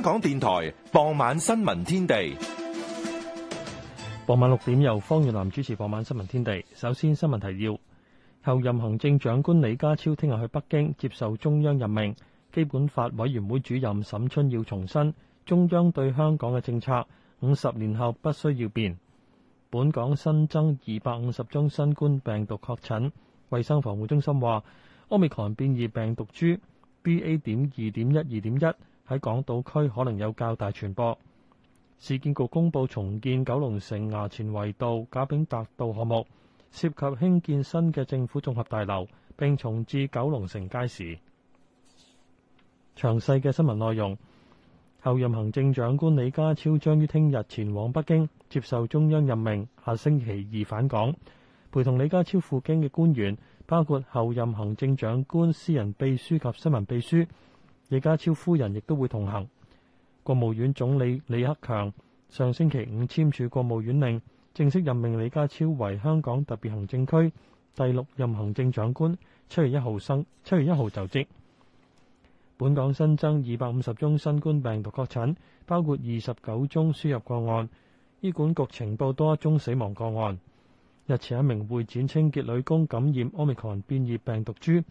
港電台傍晚新聞天地。 傍晚6點由方月南主持傍晚新聞天地。首先新聞提要：候任行政長官李家超聽日去北京接受中央任命。基本法委員會主任沈春耀重申，中央對香港嘅政策50年後不需要變。本港新增250宗新冠病毒確診，衛生防護中心話，Omicron變異病毒株 BA.2.12.1 喺港島區可能有較大傳播。市建局公布重建九龍城衙前圍道、賈炳達道項目，涉及興建新嘅政府綜合大樓，並重置九龍城街市。詳細嘅新聞內容，候任行政長官李家超將於聽日前往北京接受中央任命，下星期2返港。陪同李家超赴京嘅官員包括候任行政長官私人秘書及新聞秘書，李家超夫人亦都會同行。國務院總理李克強上星期5簽署國務院令，正式任命李家超為香港特別行政區第6任行政長官，7月1號就職。本港新增250宗新冠病毒確診，包括29宗輸入個案。醫管局呈報多1宗死亡個案。日前一名會展清潔女工感染 Omicron 變異病毒株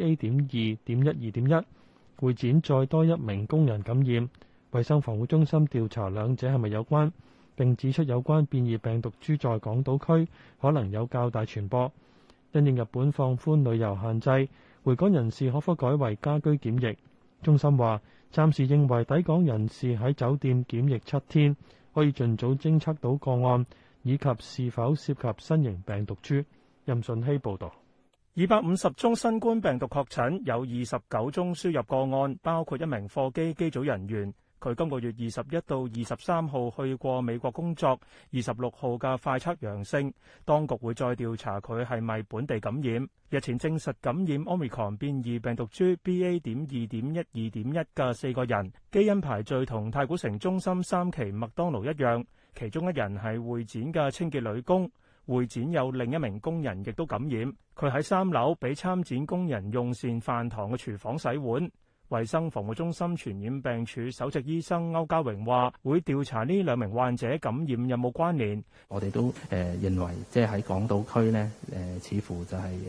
BA.2.12.1， 會展再多1名工人感染。衛生防護中心調查兩者係咪有關，並指出有關變異病毒株在港島區可能有較大傳播。因應日本放寬旅遊限制，回港人士可否改為家居檢疫？中心話暫時認為抵港人士喺酒店檢疫7天，可以盡早偵測到個案，以及是否涉及新型病毒株。任順希報導。 250宗新冠病毒確診，有29宗輸入個案，包括一名貨機機組人員。佢今個月21到23號去過美國工作，26號嘅快測陽性，當局會再調查佢係咪本地感染。日前證實感染 Omicron 變異病毒株 BA.2.12.1 嘅4個人，基因排序同太古城中心3期麥當勞一樣，其中一人係會展嘅清潔女工。會展有另一名工人亦都感染，佢喺3樓俾參展工人用膳飯堂嘅廚房洗碗。衛生防護中心傳染病處首席醫生歐家榮話，會調查呢2名患者感染有冇關聯。 我哋都認為，即係喺港島區呢，似乎就係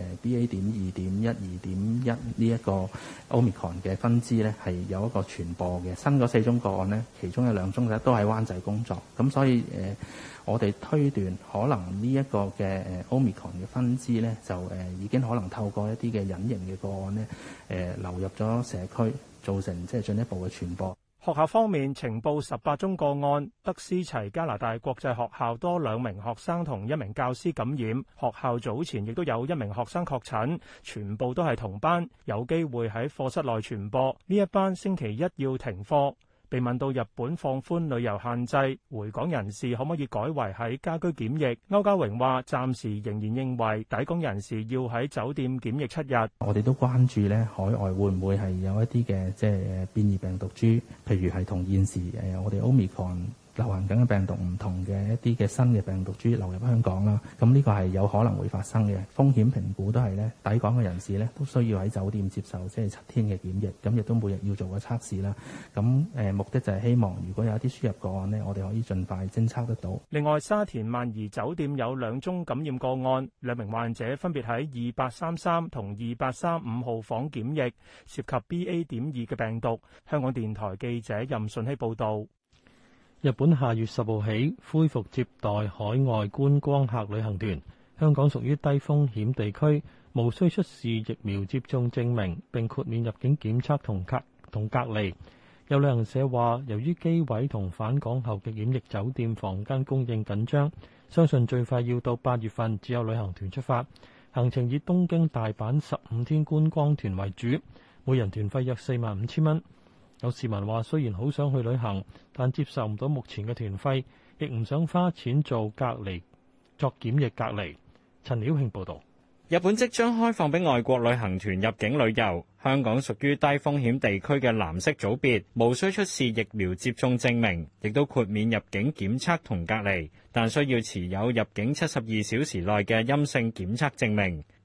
BA.2.12.1呢一個 Omicron 嘅分支呢，係有一個傳播嘅。新嗰4宗個案呢，其中有2宗都喺灣仔工作，咁所以我哋推斷可能呢一個嘅Omicron 嘅分支呢，就已經可能透過一啲嘅隱形嘅個案呢，流入咗社區，造成即係進一步嘅傳播。 學校方面，呈報18宗個案，德思齊加拿大國際學校多2名學生同1名教師感染。學校早前亦都有1名學生確診，全部都係同班，有機會喺課室內傳播。呢一班星期1要停課。被問到日本放寬旅遊限制，回港人士可唔可以改為喺家居檢疫？歐家榮話：暫時仍然認為抵港人士要喺酒店檢疫7日。 我哋都關注咧，海外會唔會係有一啲嘅即係變異病毒株，譬如係同現時我哋 Omicron流行緊嘅病毒唔同嘅一啲嘅新嘅病毒株流入香港啦，咁呢個係有可能會發生嘅。風險評估都係咧，抵港嘅人士咧都需要喺酒店接受即係7天嘅檢疫，咁亦都每日要做個測試啦。咁目的就係希望如果有一啲輸入個案呢，我哋可以盡快偵測得到。 另外，沙田萬怡酒店有2宗感染個案，2名患者分別喺2833同2835號房檢疫，涉及 BA.2 嘅病毒。香港電台記者任順希報導。 日本下月10號起恢復接待海外觀光客旅行團，香港屬於低風險地區，無需出示疫苗接種證明，並豁免入境檢測同隔離。有旅行社話，由於機位同返港後嘅檢疫酒店房間供應緊張，相信最快要到8月份只有旅行團出發。行程以東京、大阪15天觀光團為主，每人團費約45,000蚊。有市民話，雖然好想去旅行，但接受唔到目前嘅團費，亦唔想花錢作檢疫隔離。陳曉慶報導。 日本即將開放俾外國旅行團入境旅遊，香港屬於低風險地區嘅藍色組別，無需出示疫苗接種證明，亦都豁免入境檢測同隔離，但需要持有入境72小時內嘅陰性檢測證明。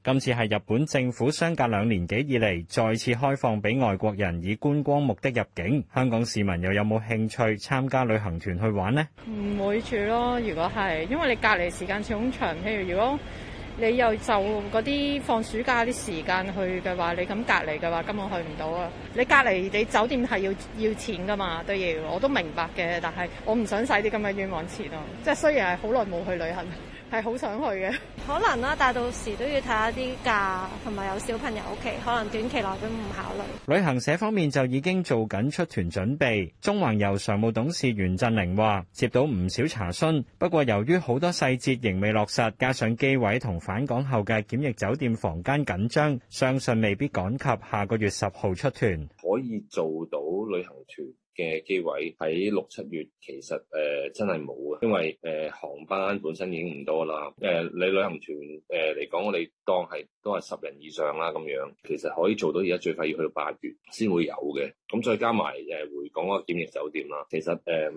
今次係日本政府相隔2年幾以嚟再次開放俾外國人以觀光目的入境，香港市民又有冇興趣參加旅行團去玩呢？ 唔會住咯，如果係，因為你隔離時間始終長，譬如如果你又就嗰啲放暑假啲時間去嘅話，你咁隔離嘅話根本去唔到啊！你隔離你酒店係要錢㗎嘛，都要，我都明白嘅，但係我唔想使啲咁嘅冤枉錢咯。即係雖然係好耐冇去旅行，係好想去嘅。 可能啦，但係到時都要睇下啲假，同埋有小朋友屋企，可能短期內都唔考慮。 旅行社方面就已經做緊出團準備。中環遊常務董事袁振寧話：接到唔少查詢，不過由於好多細節仍未落實，加上機位同返港後嘅檢疫酒店房間緊張，相信未必趕及下個月10號出團。 可以做到旅行團嘅機位喺6、7月，其實真係冇啊，因為航班本身已經唔多啦。你旅行團嚟講，我哋當係都係10人以上啦咁樣，其實可以做到而家最快要去到8月先會有嘅。咁再加埋回港嗰個檢疫酒店啦，其實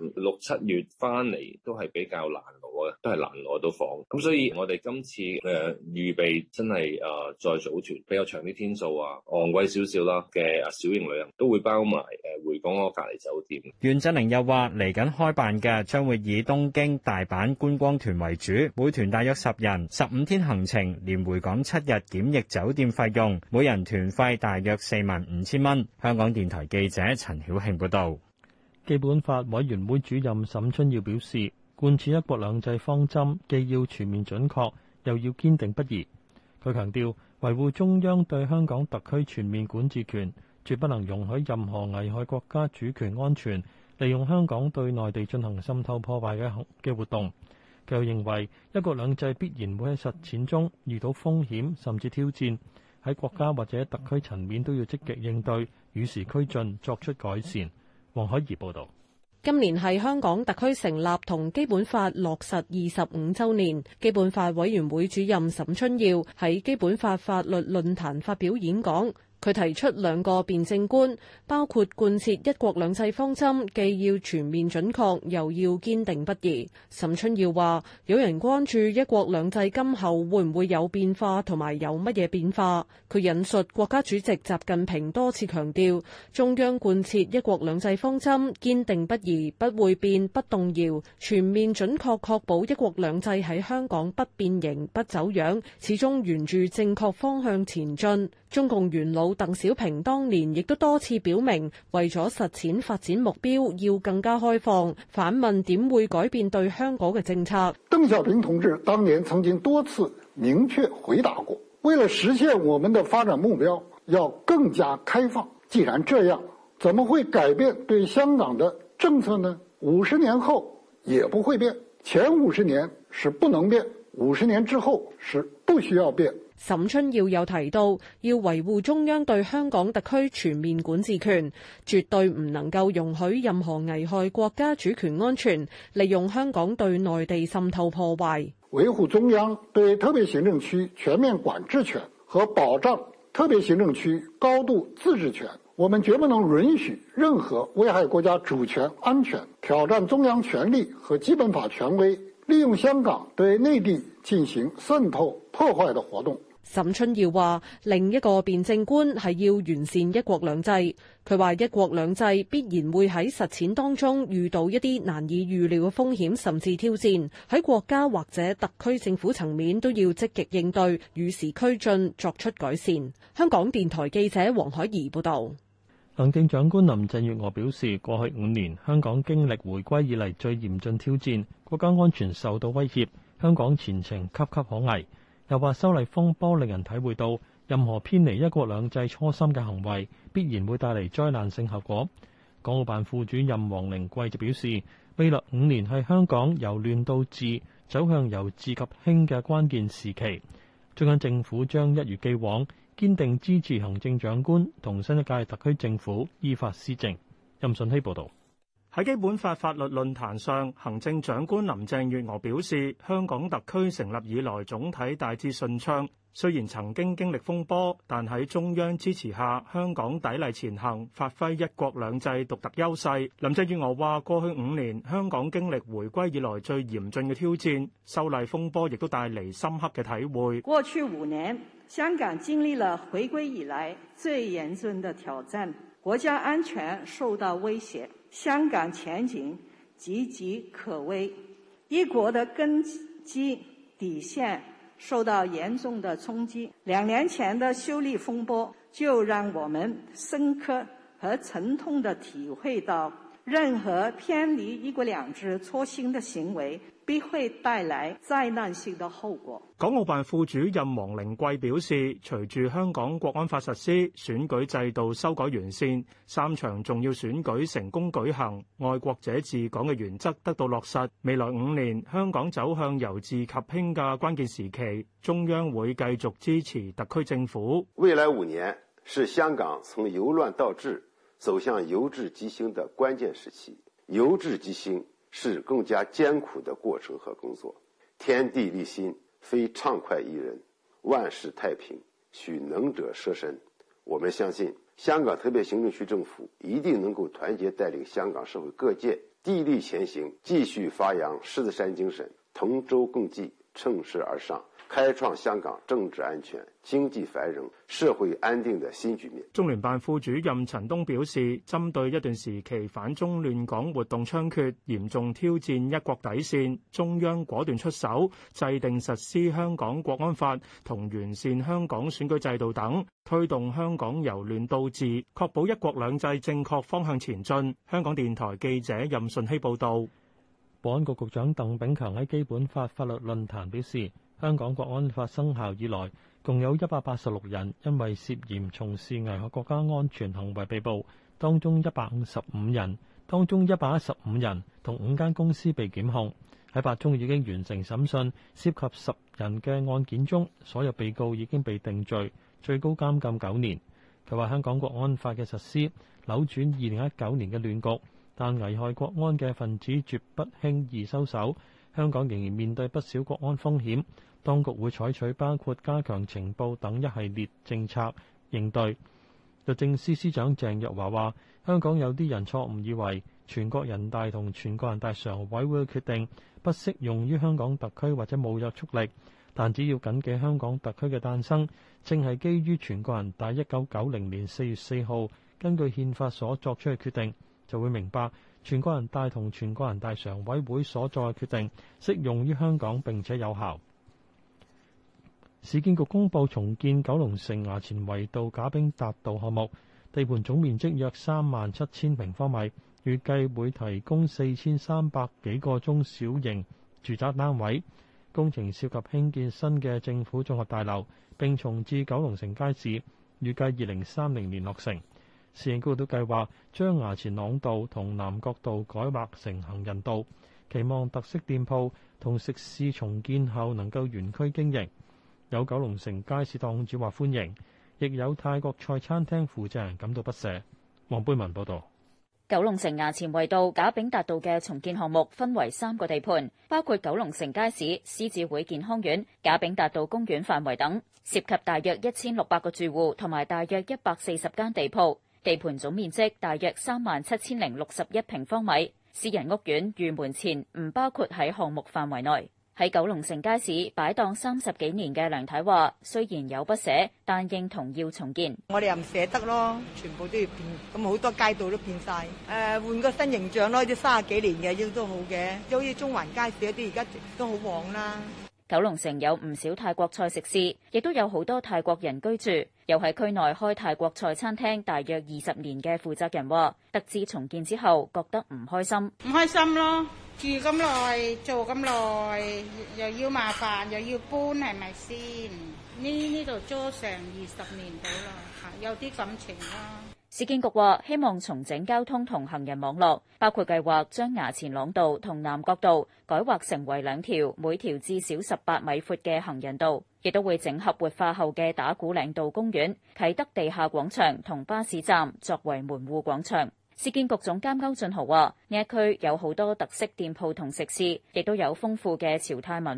6、7月翻嚟都係比較難攞嘅，都係難攞到房。咁所以我哋今次預備真係再組團比較長啲天數啊，昂貴少少啦嘅小型旅行都會包埋回港嗰個隔離酒店。 袁振寧又話：嚟緊開辦嘅將會以東京、大阪觀光團為主，每團大約10人，15天行程，連回港7日檢疫酒店費用，每人團費大約45,000蚊。香港電台記者陳曉慶報導。 基本法委員會主任沈春耀表示，貫徹一國兩制方針，既要全面準確，又要堅定不移。佢強調，維護中央對香港特區全面管治權，絕不能容許任何危害國家主權安全、利用香港對內地進行滲透破壞嘅活動。佢又認為，一國兩制必然會喺實踐中遇到風險甚至挑戰，喺國家或者特區層面都要積極應對，與時俱進，作出改善。黃海怡報導。 今年係香港特區成立同基本法落實25週年，基本法委員會主任沈春耀喺基本法法律論壇發表演講。佢提出2個辯證觀，包括貫徹一國兩制方針，既要全面準確，又要堅定不移。沈春耀話：有人關注一國兩制今後會唔會有變化，同埋有乜嘢變化。佢引述國家主席習近平多次強調，中央貫徹一國兩制方針，堅定不移，不會變，不動搖，全面準確確保一國兩制喺香港不變形、不走樣，始終沿住正確方向前進。中共元老鄧小平當年亦都多次表明，為咗實踐發展目標，要更加開放。反問點會改變對香港嘅政策？ 鄧小平同志當年曾經多次明確回答過，為了實現我們的發展目標，要更加開放。既然這樣，怎麼會改變對香港的政策呢？50年後也不會變，前50年是不能變，50年之後是不需要變。 沈春耀又提到，要維護中央對香港特區全面管治權，絕對唔能夠容許任何危害國家主權安全、利用香港對內地滲透破壞。 維護中央對特別行政區全面管制權和保障特別行政區高度自治權，我們絕不能允許任何危害國家主權安全、挑戰中央權力和基本法權威、利用香港對內地進行滲透破壞的活動。 沈春耀話：另一個辯證觀係要完善一國兩制。佢話一國兩制必然會喺實踐當中遇到一啲難以預料嘅風險甚至挑戰，喺國家或者特區政府層面都要積極應對，與時俱進，作出改善。香港電台記者黃海怡報導。 行政長官林鄭月娥表示，過去5年香港經歷回歸以嚟最嚴峻挑戰，國家安全受到威脅，香港前程岌岌可危。又話修例風波令人體會到，任何偏離一國兩制初心嘅行為，必然會帶嚟災難性後果。港澳辦副主任黃寧貴就表示，未來5年係香港由亂到治，走向由治及興嘅關鍵時期。中央政府將一如既往，堅定支持行政長官同新一屆特區政府依法施政。任順熙報導。 喺基本法法律論壇上，行政長官林鄭月娥表示，香港特區成立以來總體大致順暢，雖然曾經經歷風波，但喺中央支持下，香港砥礪前行，發揮一國兩制獨特優勢。林鄭月娥話：過去5年，香港經歷回歸以來最嚴峻嘅挑戰，修例風波亦都帶嚟深刻嘅體會。 過去5年， 香港经历了回归以来最严峻的挑战，国家安全受到威胁，香港前景岌岌可危，一国的根基底线受到严重的冲击。2年前的修例风波就让我们深刻和沉痛地体会到，任何偏离一國兩制初心的行為必會帶來災難性的後果。 港澳辦副主任黃靈桂表示，隨住香港國安法實施，選舉制度修改完善，3場重要選舉成功舉行，愛國者治港嘅原則得到落實。未來5年，香港走向由治及興嘅關鍵時期，中央會繼續支持特區政府。 未來5年是香港從由亂到治走向由治及興的關鍵時期，由治及興是更加艱苦的過程和工作。天地立心，非暢快一人，萬事太平，須能者舍身。我們相信，香港特別行政區政府一定能夠團結帶領香港社會各界砥礪前行，繼續發揚獅子山精神，同舟共濟，乘勢而上，開創香港政治安全、經濟繁榮、社會安定的新局面。 中聯辦副主任陳東表示，針對一段時期反中亂港活動猖獗，嚴重挑戰一國底線，中央果斷出手，制定實施香港國安法同完善香港選舉制度等，推動香港由亂到治，確保一國兩制正確方向前進。香港電台記者任順希報導。 保安局局長鄧炳強喺基本法法律論壇表示，香港國安法生效以來，共有186人因為涉嫌從事危害國家安全行為被捕，當中115人同5間公司被檢控。喺8宗已經完成審訊，涉及10人嘅案件中，所有被告已經被定罪，最高監禁9年。佢話香港國安法嘅實施扭轉2019年嘅亂局，但危害國安嘅分子絕不輕易收手，香港仍然面對不少國安風險，當局會採取包括加強情報等一系列政策應對。律政司司長鄭若驊話，香港有啲人錯誤以為全國人大同全國人大常委會嘅決定不適用於香港特區或者冇約束力，但只要緊記香港特區嘅誕生正係基於全國人大1990年4月4號根據憲法所作出嘅決定，就會明白全國人大同全國人大常委會所作嘅決定適用於香港並且有效。市建局公布重建九龍城衙前圍道賈炳達道項目，地盤總面積約37000平方米，預計會提供4300幾個中小型住宅單位。工程涉及興建新嘅政府綜合大樓，並重置九龍城街市，預計2030年落成。市建局都計劃將衙前塱道同南角道改劃成行人道，期望特色店鋪同食肆重建後能夠原區經營。有九龍城街市檔主話歡迎，亦有泰國菜餐廳負責人感到不捨。黃貝文報導。 九龍城衙前圍道賈炳達道嘅重建項目分為3個地盤，包括九龍城街市、獅子會健康院、賈炳達道公園範圍等，涉及大約1600個住戶同埋大約140間地鋪，地盤總面積大約37061平方米。私人屋苑御門前唔包括喺項目範圍內。喺九龍城街市擺檔30幾年嘅梁太話，雖然有不捨，但認同要重建。 我哋又唔捨得咯，全部都要變，咁好多街道都變晒，換個新形象咯，啲30幾年嘅都好嘅，好似中環街市嗰啲而家都好旺啦。 九龍城有唔少泰國菜食肆，亦都有好多泰國人居住。又喺區內開泰國菜餐廳大約20年嘅負責人話，得知重建之後覺得唔開心。 唔開心咯，住咁耐，做咁耐，又要麻煩，又要搬，係咪先？呢度租成20年到啦，有啲感情啦。 市建局話希望重整交通同行人網絡，包括計劃將衙前塱道同南角道改劃成為2條，每條至少18米闊嘅行人道，亦都會整合活化後嘅打鼓嶺道公園、啟德地下廣場同巴士站作為門戶廣場。市建局總監歐俊豪話：呢一區有好多特色店鋪同食肆，亦都有豐富嘅潮泰文化，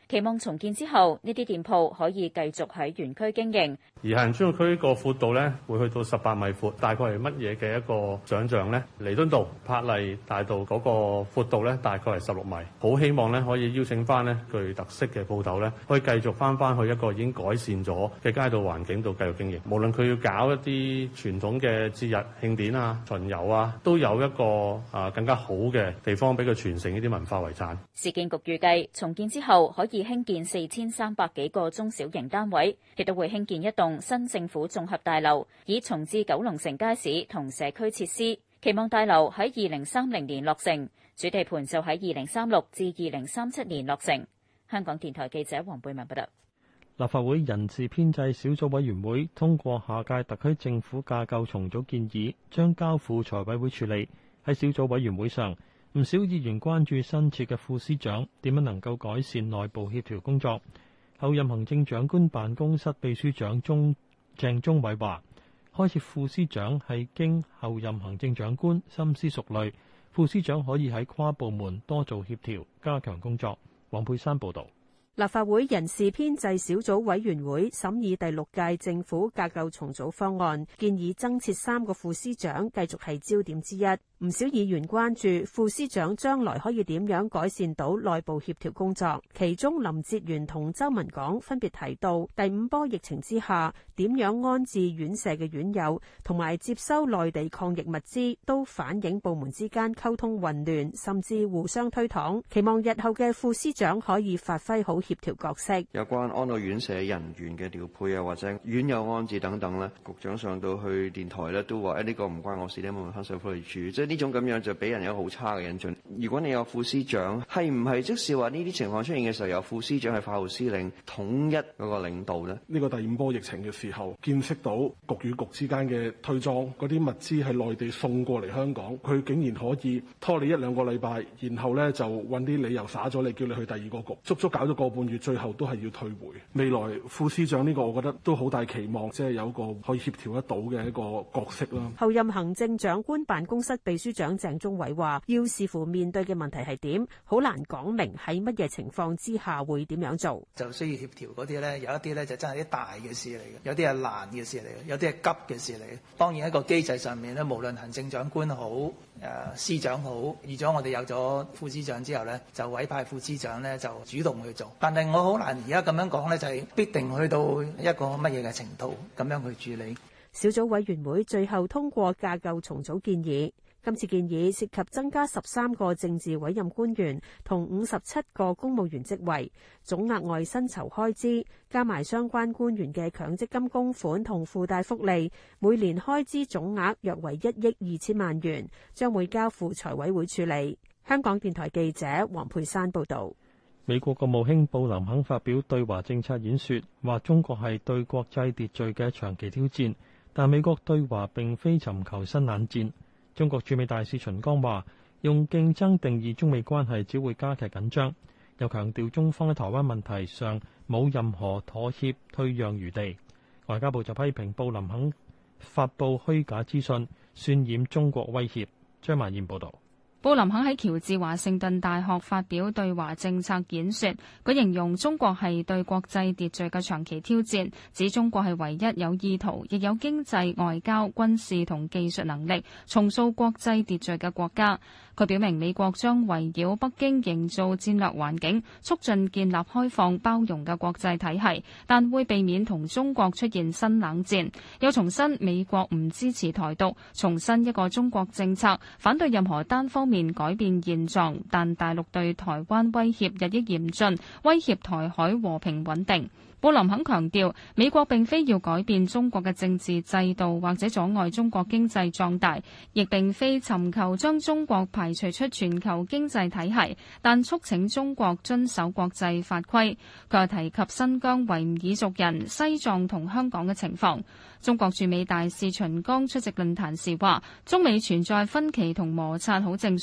期望重建之後，呢啲店鋪可以繼續喺園區經營。 而行人專用區個闊度咧，會去到18米闊，大概係乜嘢嘅一個想像呢？彌敦道、柏麗大道嗰個闊度咧，大概係16米。好希望咧可以邀請翻咧具特色嘅鋪頭咧，可以繼續翻去一個已經改善咗嘅街道環境度繼續經營。無論佢要搞一啲傳統嘅節日慶典啊、巡遊啊，都有一個更加好嘅地方俾佢傳承呢啲文化遺產。 市建局預計重建之後可以興建4300幾個中小型單位，亦都會興建一棟新政府綜合大樓，以重置九龍城街市同社區設施。期望大樓喺2030年落成，主地盤就喺2036至2037年落成。香港電台記者黃貝文報道。 立法會人事編制小組委員會通過下屆特區政府架構重組建議，將交付財委會處理。喺小組委員會上，唔少議員關注新設嘅副司長點樣能夠改善內部協調工作。候任行政長官辦公室秘書長鄭中偉話，開設副司長係經候任行政長官深思熟慮，副司長可以喺跨部門多做協調，加強工作。黃佩珊報導。 立法會人事編制小組委員會審議第6屆政府架構重組方案，建議增設3個副司長，繼續係焦點之一。唔少議員關注副司長將來可以點樣改善到內部協調工作。其中林哲玄同周文港分別提到，第5波疫情之下點樣安置院舍嘅院友，同埋接收內地抗疫物資，都反映部門之間溝通混亂，甚至互相推搪。期望日後嘅副司長可以發揮好協調角色。 有關安老院舍人員嘅調配啊，或者院友安置等等咧，局長上到去電台咧都話呢個唔關我事，你問翻社福利署。即係呢種咁樣就俾人有好差嘅印象。如果你有副司長，係唔係即是話呢啲情況出現嘅時候，有副司長係法務司令統一嗰個領導呢？ 呢個第5波疫情嘅時候，見識到局與局之間嘅推裝，嗰啲物資係內地送過嚟香港，佢竟然可以拖你1-2個禮拜，然後呢就揾啲理由耍咗你，叫你去第2個局，足足搞咗個半月，最後都係要退回。未來副司長呢個，我覺得都好大期望，即係有一個可以協調得到嘅一個角色啦。 候任行政長官辦公室秘書長鄭中偉話，要視乎面對嘅問題係點，好難講明喺乜嘢情況之下會點樣做。 就需要協調嗰啲咧，有一啲咧就真係啲大嘅事嚟嘅，有啲係難嘅事嚟嘅，有啲係急嘅事嚟嘅。當然喺個機制上面咧，無論行政長官好，司長好，預咗我哋有咗副司長之後咧，就委派副司長咧就主動去做。但係我好難而家咁樣講咧，就係必定去到一個乜嘢嘅程度咁樣去處理。 小組委員會最後通過架構重組建議。今次建議涉及增加13個政治委任官員同57個公務員職位，總額外薪酬開支加埋相關官員嘅強積金供款同附帶福利，每年開支總額約為1億2千萬元，將會交付財委會處理。香港電台記者黃佩珊報導。 美國國務卿布林肯發表對華政策演說，話中國係對國際秩序嘅長期挑戰，但美國對華並非尋求新冷戰。中國駐美大使秦剛話，用競爭定義中美關係只會加劇緊張，又強調中方喺台灣問題上冇任何妥協退讓餘地。外交部就批評布林肯發布虛假資訊，渲染中國威脅。張曼燕報導。 布林肯喺喬治華盛頓大學發表對華政策演說，佢形容中國係對國際秩序嘅長期挑戰，指中國係唯一有意圖亦有經濟、外交、軍事同技術能力重塑國際秩序嘅國家。佢表明美國將圍繞北京營造戰略環境，促進建立開放包容嘅國際體系，但會避免同中國出現新冷戰。又重申美國唔支持台獨，重申一個中國政策，反對任何單方面改變現狀，但大陸對台灣威脅日益嚴峻，威脅台海和平穩定。布林肯強調，美國並非要改變中國嘅政治制度或者阻礙中國經濟壯大，亦並非尋求將中國排除出全球經濟體系，但促請中國遵守國際法規。佢又提及新疆維吾爾族人、西藏同香港嘅情況。中國駐美大使秦剛出席論壇時話，中美存在分歧同摩擦好正常。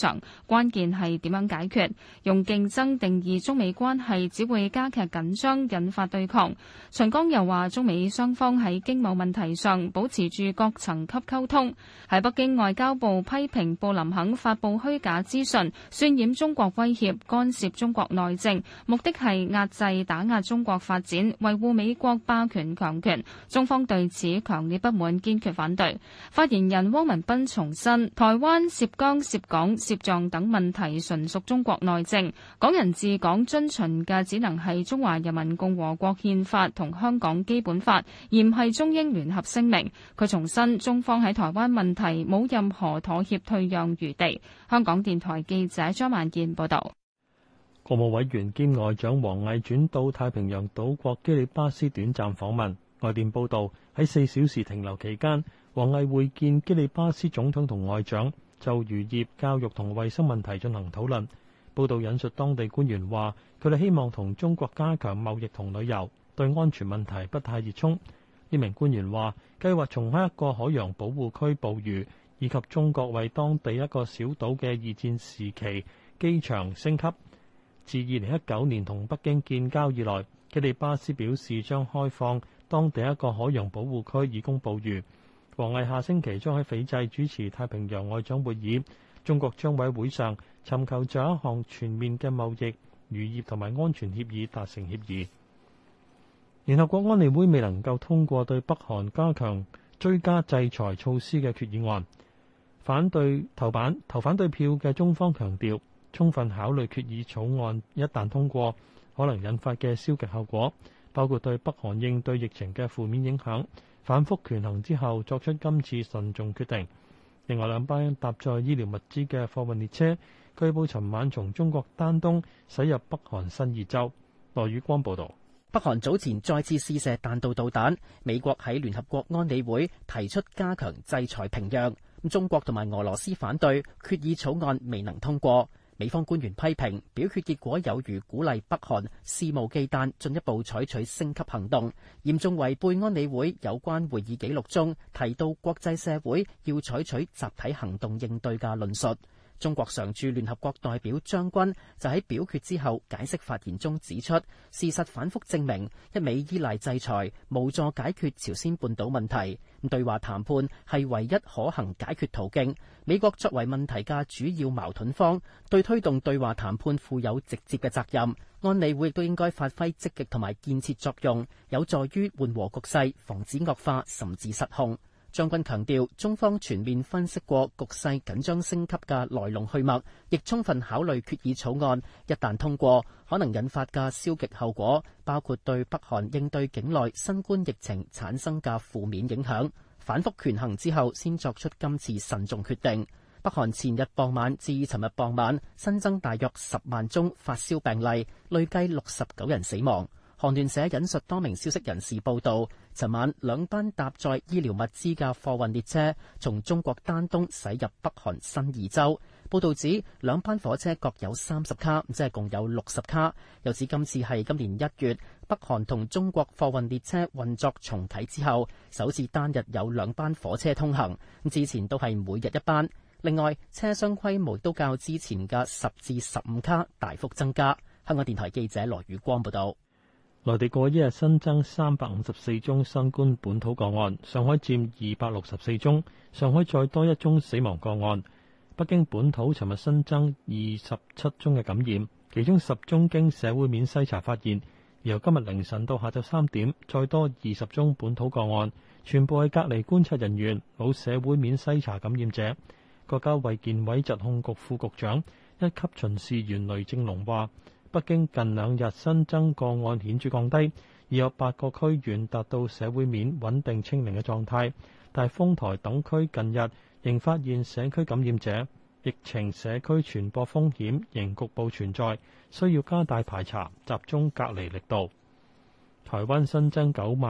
場，關鍵係點樣解決。用競爭定義中美關係只會加劇緊張，引發對抗。秦剛又話，中美雙方喺經貿問題上保持住各層級溝通。喺北京，外交部批評布林肯發布虛假資訊，渲染中國威脅，干涉中國內政，目的係壓制打壓中國發展，維護美國霸權強權。中方對此強烈不滿，堅決反對。發言人汪文斌重申，台灣涉疆、涉港、涉藏等問題純屬中國內政，港人治港遵循嘅只能係中華人民共和國憲法同香港基本法，而唔係中英聯合聲明。佢重申，中方喺台灣問題冇任何妥協退讓餘地。香港電台記者張萬健報道。 國務委員兼外長王毅轉到太平洋島國基里巴斯短暫訪問。外電報道，喺4小時停留期間，王毅會見基里巴斯總統同外長，就漁業、教育同衛生問題進行討論。報道引述當地官員話，佢哋希望同中國加強貿易同旅遊，對安全問題不太熱衷。呢名官員話，計劃重開一個海洋保護區捕魚，以及中國為當地一個小島嘅二戰時期機場升級。自2019年同北京建交以來，基里巴斯表示將開放當地一個海洋保護區以供捕魚。王毅下星期將喺斐濟主持太平洋外長會議，中國將喺會上尋求就一項全面嘅貿易、漁業同埋安全協議達成協議。聯合國安理會未能夠通過對北韓加強追加制裁措施嘅決議案，投反對票嘅中方強調，充分考慮決議草案一旦通過可能引發嘅消極後果，包括對北韓應對疫情嘅負面影響，反覆權衡之後作出今次慎重決定。另外兩班搭載醫療物資嘅貨運列車，據報尋晚從中國丹東駛入北韓新義州。羅宇光報導。 北韓早前再次試射彈道導彈，美國喺聯合國安理會提出加強制裁平壤，中國同埋俄羅斯反對，決議草案未能通過。美方官員批評表決結果有如鼓勵北韓肆無忌憚進一步採取升級行動，嚴重違背安理會有關會議紀錄中提到國際社會要採取集體行動應對嘅論述。中國常駐聯合國代表張軍就喺表決之後解釋發言中指出，事實反覆證明一味依賴制裁無助解決朝鮮半島問題，對話談判係唯一可行解決途徑。美國作為問題嘅主要矛盾方，對推動對話談判負有直接嘅責任。安理會亦都應該發揮積極同埋建設作用，有助於緩和局勢，防止惡化甚至失控。張軍強調，中方全面分析過局勢緊張升級嘅來龍去脈，亦充分考慮決議草案一旦通過可能引發嘅消極後果，包括對北韓應對境內新冠疫情產生嘅負面影響。反覆權衡之後，先作出今次慎重決定。北韓前日傍晚至尋日傍晚新增大約10萬宗發燒病例，累計69人死亡。韓聯社引述多名消息人士報道，尋晚兩班搭載醫療物資嘅貨運列車從中國丹東駛入北韓新義州。報道指兩班火車各有30卡，即係共有60卡。又指今次係今年1月北韓同中國貨運列車運作重啟之後，首次單日有兩班火車通行，之前都係每日一班。另外，車廂規模都較之前嘅10至15卡大幅增加。香港電台記者羅宇光報道。 內地過一日新增354宗新冠本土個案，上海佔264宗，上海再多1宗死亡個案。北京本土尋日新增27宗嘅感染，其中10宗經社會面篩查發現，由今日凌晨到下晝3點，再多20宗本土個案，全部係隔離觀察人員，冇社會面篩查感染者。國家衛健委疾控局副局長、1級巡視員雷正龍話，北京近2日新增個案顯著降低，已有8個區縣達到社會面穩定清零嘅狀態，但豐台等區近日仍發現社區感染者，疫情社區傳播風險仍局部存在，需要加大排查，集中隔離力度。台灣新增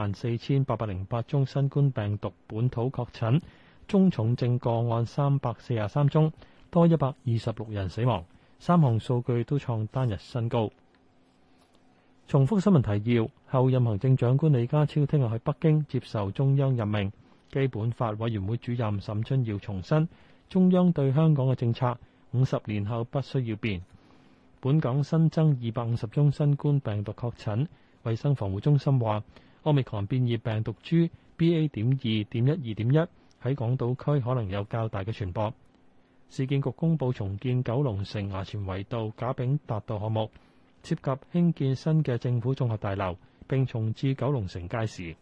94,808宗新冠病毒本土確診，中重症個案343宗，多126人死亡。3項數據都創單日新高。重複新聞提要：候任行政長官李家超聽日去北京接受中央任命。基本法委員會主任沈春耀重申，中央對香港嘅政策 50年後不需要變。本港新增250宗新冠病毒確診，衛生防護中心話，Omicron變異病毒株 BA.2.12.1 喺港島區可能有較大嘅傳播。市建局公布重建九龍城衙前圍道賈炳達道項目，涉及興建新嘅政府綜合大樓，並重置九龍城街市。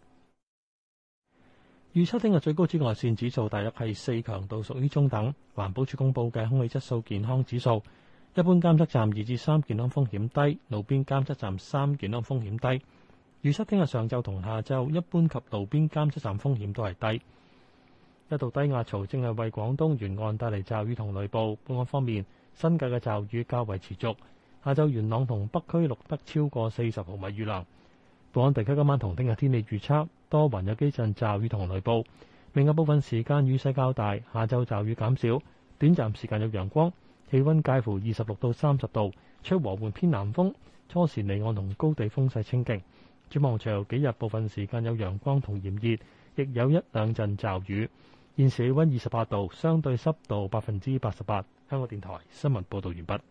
預測聽日最高紫外線指數大約係4，強度屬於中等。環保署公布嘅空氣質素健康指數，一般監測站2至3，健康風險低，路邊監測站3，健康風險低。預測聽日上晝同下晝一般及路邊監測站風險都係低。一道低壓槽正係為廣東沿岸帶嚟驟雨同雷暴。本港方面，新界嘅驟雨較為持續，下晝元朗同北區錄得超過40毫米雨量。本港地區今晚同聽日天氣預測，多雲有幾陣驟雨同雷暴，明日部分時間雨勢較大，下晝驟雨減少，短暫時間有陽光，氣溫介乎26到30度，吹和緩偏南風，初時離岸同高地風勢清勁。展望隨後幾日部分時間有陽光同炎熱，亦有一兩陣驟雨。現時氣溫28度，相對濕度88%。香港電台新聞報道完畢。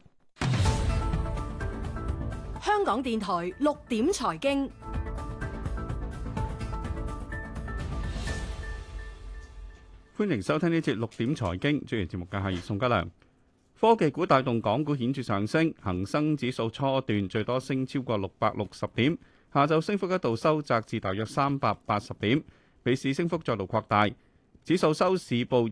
香港電台6點財經， 歡迎收聽呢節6點財經。主持節目嘅係宋家良。科技股帶動港股顯著上升，恒生指數初段最多升超過660點，下晝升幅一度收窄至大約380點，尾市升幅再度擴大。指數收市報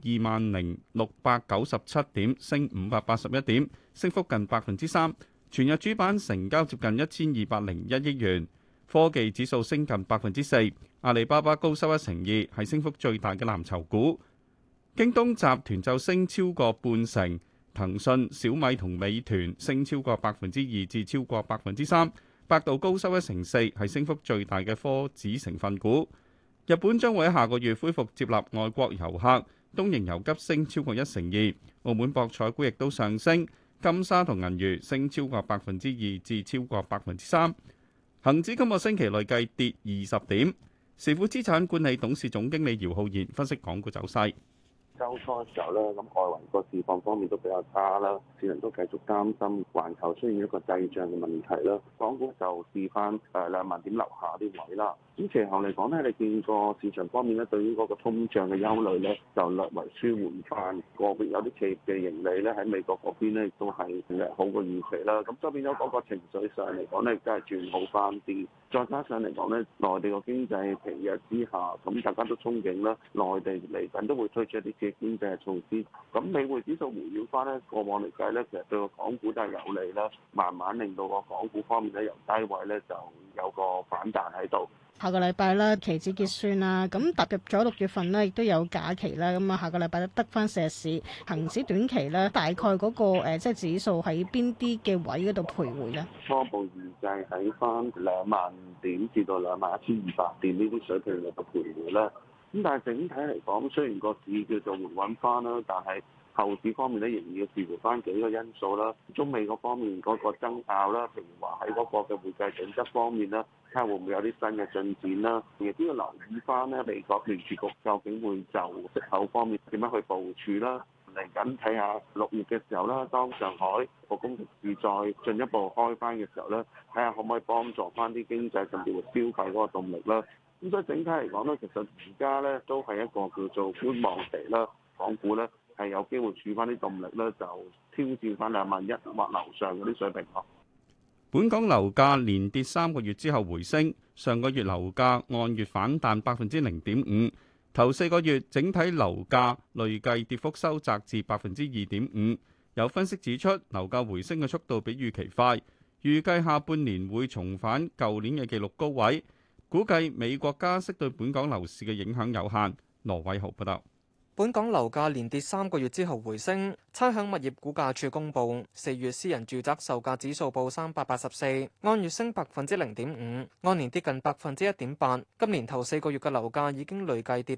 20,697點，升581點，升幅近3%。全日主板成交接近1201億元。科技指數升近4%，阿里巴巴高收1.2%，係升幅最大嘅藍籌股。京東集團就升超過半成，騰訊、小米同美團升超過2%至超過3%。百度高收1.4%，係升幅最大嘅科指成分股。日本將會喺下個月恢復接納外國遊客，東瀛遊急升超過1.2%。澳門博彩股亦都上升，金沙同銀娛升超過2%至超過3%。恒指今個星期累計跌20點。時富資產管理董事總經理姚浩然分析港股走勢。 週初嘅時候咧，咁外圍個市況方面都比較差啦，市場都繼續擔心環球出現一個滯脹嘅問題啦。港股就試翻2萬點樓下啲位啦。咁其後嚟講咧，你見個市場方面咧，對於嗰個通脹嘅憂慮咧，就略為舒緩翻。個別有啲企業嘅盈利咧，喺美國嗰邊咧，亦都係好過預期啦。咁所以變咗嗰個情緒上嚟講咧，亦都係轉好翻啲。再加上嚟講咧，內地個經濟疲弱之下，咁大家都憧憬啦，內地嚟緊都會推出一啲嘅經濟措施。咁美匯指數回軟翻咧，過往嚟計咧，其實對個港股都係有利啦。慢慢令到個港股方面咧，由低位咧就有個反彈喺度。 下個禮拜啦，期指結算啦，咁踏入咗6月份呢，亦都有假期啦，咁啊下個禮拜得翻4日市，恆指短期咧大概嗰個即係指數喺邊啲嘅位嗰度徘徊咧？ 初步預計喺翻2萬點至到21,200點呢啲水平嚟度徘徊啦。咁但係整體嚟講，雖然個市叫做回穩翻啦，但係後市方面咧，仍然要視乎翻幾個因素啦。中美嗰方面嗰個爭拗啦，譬如話喺嗰個嘅會計準則方面啦，睇下會唔會有啲新嘅進展啦。亦都要留意翻咧，美國聯儲局究竟會就息口方面點樣去部署啦。嚟緊睇下6月嘅時候啦，當上海個工業市再進一步開翻嘅時候咧，睇下可唔可以幫助翻啲經濟甚至乎消費嗰個動力啦。咁所以整體嚟講咧，其實而家咧都係一個叫做觀望期啦，港股咧係有機會儲翻啲動力咧，就挑戰翻21,000或樓上嗰啲水平咯。 本港樓價連跌3個月之後回升，上個月樓價按月反彈0.5%，頭4個月整體樓價累計跌幅收窄至2.5%。有分析指出，樓價回升嘅速度比預期快，預計下半年會重返舊年嘅紀錄高位。估計美國加息對本港樓市嘅影響有限。羅偉豪報道。 本港樓價連跌3個月之後回升，差餉物業估價署公佈4月私人住宅售價指數報384，按月升0.5%，按年跌近1.8%。今年頭4個月嘅樓價已經累計跌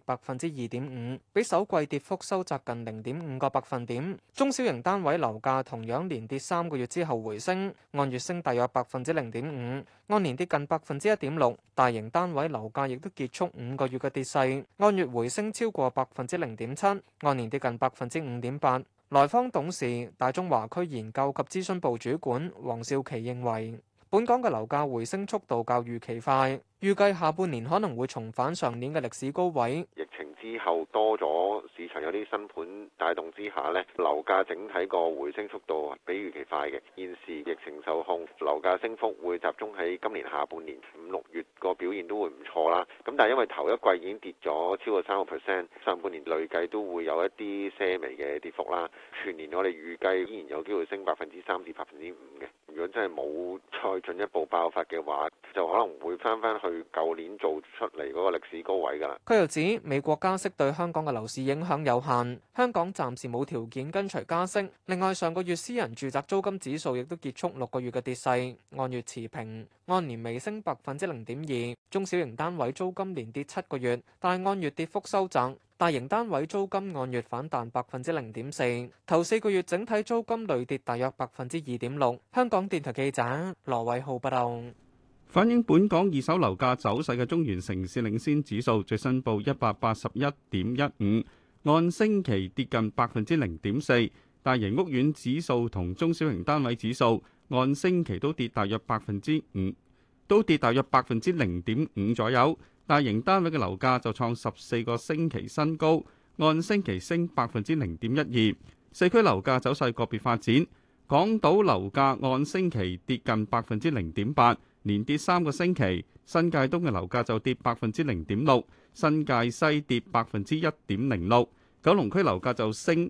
2.5%，比首季跌幅收窄近0.5個百分點。中小型單位樓價同樣連跌3個月之後回升，按月升大約0.5%，按年跌近1.6%。大型單位樓價亦都結束5個月嘅跌勢，按月回升超過0.7%，按年跌近5.8%。 來方董事、大中華區研究及諮詢部主管黃少琪認為，本港嘅樓價回升速度較預期快，預計下半年可能會重返上年嘅歷史高位。 疫情之後多咗市場有啲新盤帶動之下呢，樓價整體個回升速度比預期快嘅。現時疫情受控，樓價升幅會集中喺今年下半年5、6月個表現都會唔錯啦。咁但係因為頭一季已經跌咗超過3%，上半年累計都會有一啲些微嘅跌幅啦。全年我哋預計依然有機會升3%至5%嘅。如果真係冇再進一步爆發嘅話，就可能會翻去舊年做出嚟嗰個歷史高位㗎啦。 佢又指美國加息對香港嘅樓市影響有限，香港暫時冇條件跟隨加息。另外，上個月私人住宅租金指數亦都結束6個月嘅跌勢，按月持平，按年微升0.2%。中小型單位租金連跌7個月，但按月跌幅收窄。大型單位租金按月反彈0.4%，頭4個月整體租金累跌大約2.6%。香港電台記者羅偉浩報道。 反映本港二手樓價走勢嘅中原城市領先指數最新報181.15，按星期跌近0.4%。大型屋苑指數同中小型單位指數按星期都跌大約5%，都跌大約0.5%左右。大型單位嘅樓價就創14個星期新高，按星期升0.12%。四區樓價走勢個別發展，港島樓價按星期跌近0.8%，連跌3個星期；新界東嘅樓價就跌0.6%，新界西跌1.06%，九龍區樓價就升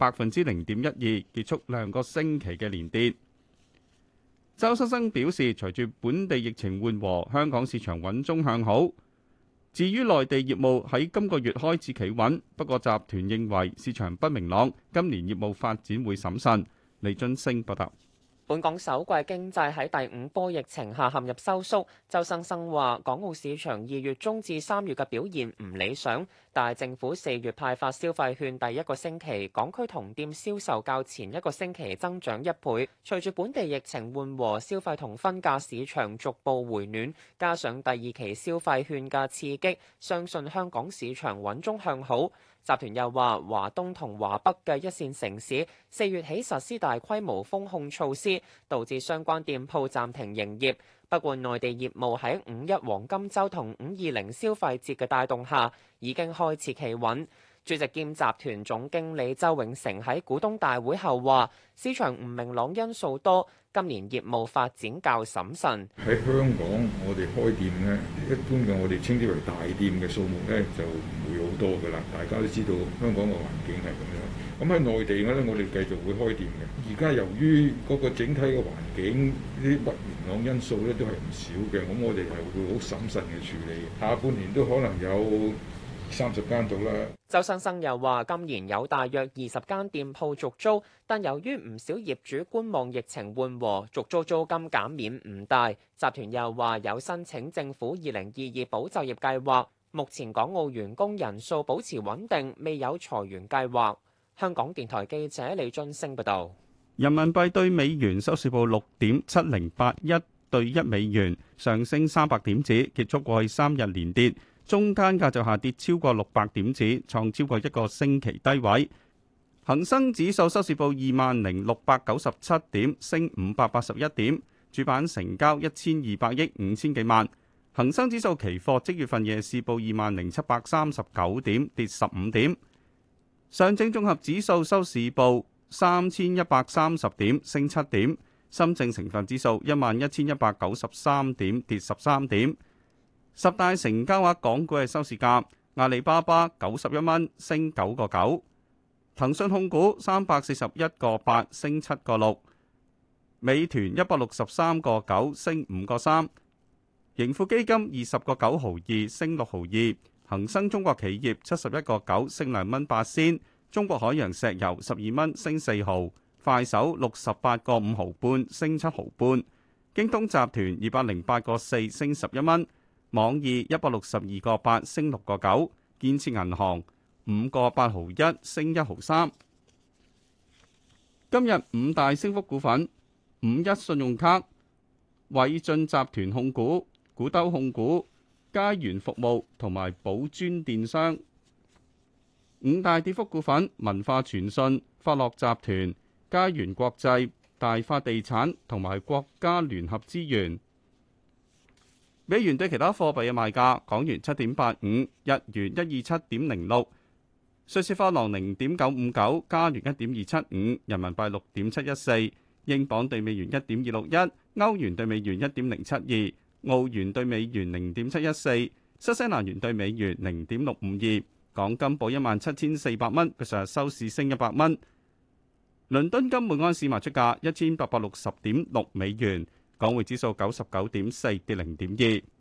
0.12%，結束2個星期嘅連跌。周生生表示，隨住本地疫情緩和，香港市場穩中向好。至於內地業務喺今個月開始企穩，不過集團認為市場不明朗，今年業務發展會審慎。李津升報道。 本港首季經濟喺第5波疫情下陷入收縮。周生生話，港澳市場2月中至3月嘅表現唔理想，但係政府4月派發消費券第一個星期，港區同店銷售較前一個星期增長1倍。隨住本地疫情緩和，消費同分價市場逐步回暖，加上第2期消費券嘅刺激，相信香港市場穩中向好。集團又話，華東同華北嘅一線城市4月起實施大規模封控措施，導致相關店鋪暫停營業。不過，內地業務喺5·1黃金週同5·20消費節嘅帶動下，已經開始企穩。主席兼集團總經理周永成喺股東大會後話，市場唔明朗因素多，今年業務發展較審慎。 喺香港，我哋開店呢，一般嘅我哋稱之為大店嘅數目呢，就唔會好多㗎啦。大家都知道香港嘅環境係咁樣。咁喺內地呢，我哋繼續會開店嘅。而家由於嗰個整體嘅環境，呢啲不明朗因素咧都係唔少嘅。咁我哋係會好審慎嘅處理。下半年都可能有30間到啦。 周生生又話，今年有大約20間店鋪續租，但由於唔少業主觀望疫情緩和，續租租金減免唔大。集團又話有申請政府2022保就業計劃，目前港澳員工人數保持穩定，未有裁員計劃。香港電台記者李津升報道。 人民幣對美元收市報6.7081對1美元，上升300點子，結束過去3日連跌。中間價就下跌超過600點子，創超過1個星期低位。恒生指數收市報20,697點，升581點。主板成交1200億5千幾萬。恒生指數期貨即月份夜市報20,739點，跌15點。上證綜合指數收市報3130點，升7點。深證成分指數11,193點，跌13點。十大成交額港股嘅收市價：阿里巴巴91蚊，升9個9；騰訊控股341個8，升7個6；美團163個9，升5個3；盈富基金20個9毫2，升6毫2；恒生中國企業71個9，升2蚊8仙；中國海洋石油12蚊，升4毫；快手68個5毫半，升7毫半；京東集團208個4，升11蚊。網易162個8，升6個9；建設銀行5個8毫1，升1毫3。今日5大升幅股份：51信用卡、偉進集團控股、古兜控股、佳源服務同埋寶尊電商。 五大跌幅股份：文化傳信、發樂集團、佳源國際、大發地產同埋國家聯合資源。美元對其他貨幣嘅賣價：港元7.85，日元127.06，瑞士法郎0.959，加元1.275，人民幣6.714，英鎊對美元1.261，歐元對美元1.072，澳元對美元0.714，新西蘭元對美元0.652。港金報17,400蚊，比上日收市升100蚊。倫敦金每安士賣出價1860.6美元，港匯指數99.4，跌0.2。